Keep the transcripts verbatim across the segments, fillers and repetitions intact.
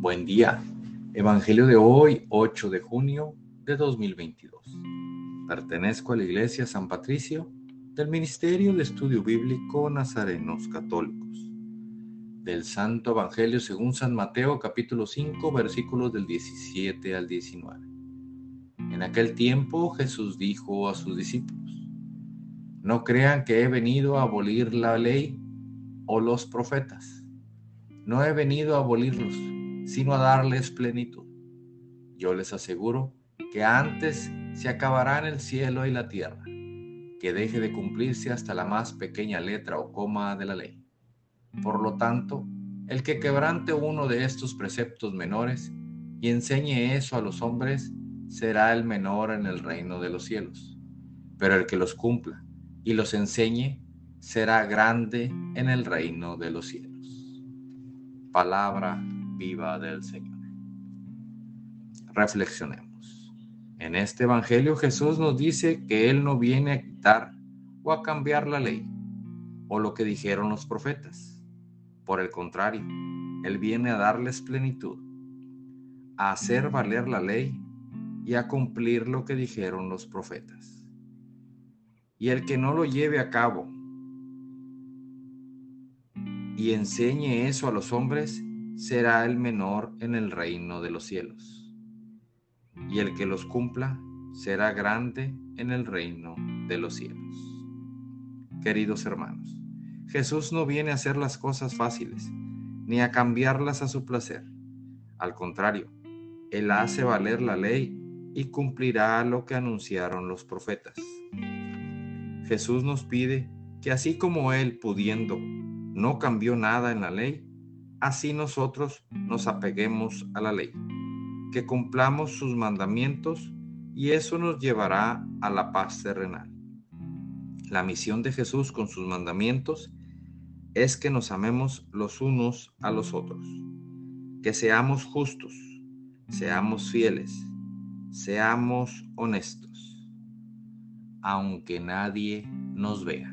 Buen día. Evangelio de hoy, ocho de junio de dos mil veintidós. Pertenezco a la Iglesia San Patricio del Ministerio de Estudio Bíblico Nazarenos Católicos. Del Santo Evangelio según San Mateo, capítulo cinco, versículos del diecisiete al diecinueve. En aquel tiempo Jesús dijo a sus discípulos: No crean que he venido a abolir la ley o los profetas. No he venido a abolirlos, sino a darles plenitud. Yo les aseguro que antes se acabarán el cielo y la tierra, que deje de cumplirse hasta la más pequeña letra o coma de la ley. Por lo tanto, el que quebrante uno de estos preceptos menores y enseñe eso a los hombres, será el menor en el reino de los cielos. Pero el que los cumpla y los enseñe, será grande en el reino de los cielos. Palabra viva del Señor. Reflexionemos. En este Evangelio Jesús nos dice que Él no viene a quitar o a cambiar la ley o lo que dijeron los profetas. Por el contrario, Él viene a darles plenitud, a hacer valer la ley y a cumplir lo que dijeron los profetas. Y el que no lo lleve a cabo y enseñe eso a los hombres, será el menor en el reino de los cielos. Y el que los cumpla, será grande en el reino de los cielos. Queridos hermanos, Jesús no viene a hacer las cosas fáciles, ni a cambiarlas a su placer. Al contrario, Él hace valer la ley y cumplirá lo que anunciaron los profetas. Jesús nos pide que así como Él, pudiendo, no cambió nada en la ley, así nosotros nos apeguemos a la ley, que cumplamos sus mandamientos, y eso nos llevará a la paz terrenal. La misión de Jesús con sus mandamientos es que nos amemos los unos a los otros, que seamos justos, seamos fieles, seamos honestos, aunque nadie nos vea.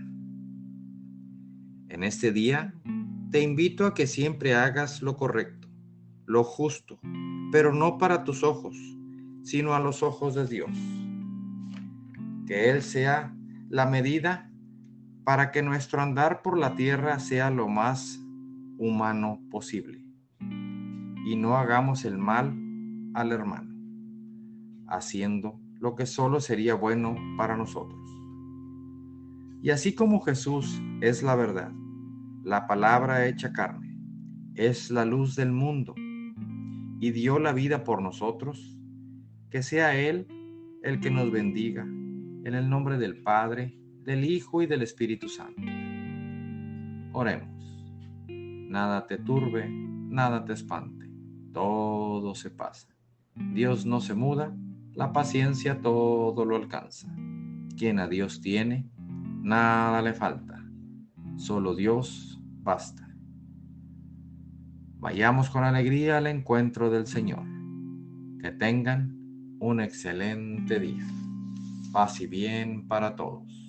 En este día te invito a que siempre hagas lo correcto, lo justo, pero no para tus ojos, sino a los ojos de Dios. Que Él sea la medida para que nuestro andar por la tierra sea lo más humano posible y no hagamos el mal al hermano, haciendo lo que solo sería bueno para nosotros. Y así como Jesús es la verdad, la palabra hecha carne, es la luz del mundo y dio la vida por nosotros, que sea Él el que nos bendiga, en el nombre del Padre, del Hijo y del Espíritu Santo. Oremos. Nada te turbe, nada te espante, todo se pasa. Dios no se muda, la paciencia todo lo alcanza. Quien a Dios tiene, nada le falta, solo Dios basta. Vayamos con alegría al encuentro del Señor. Que tengan un excelente día. Paz y bien para todos.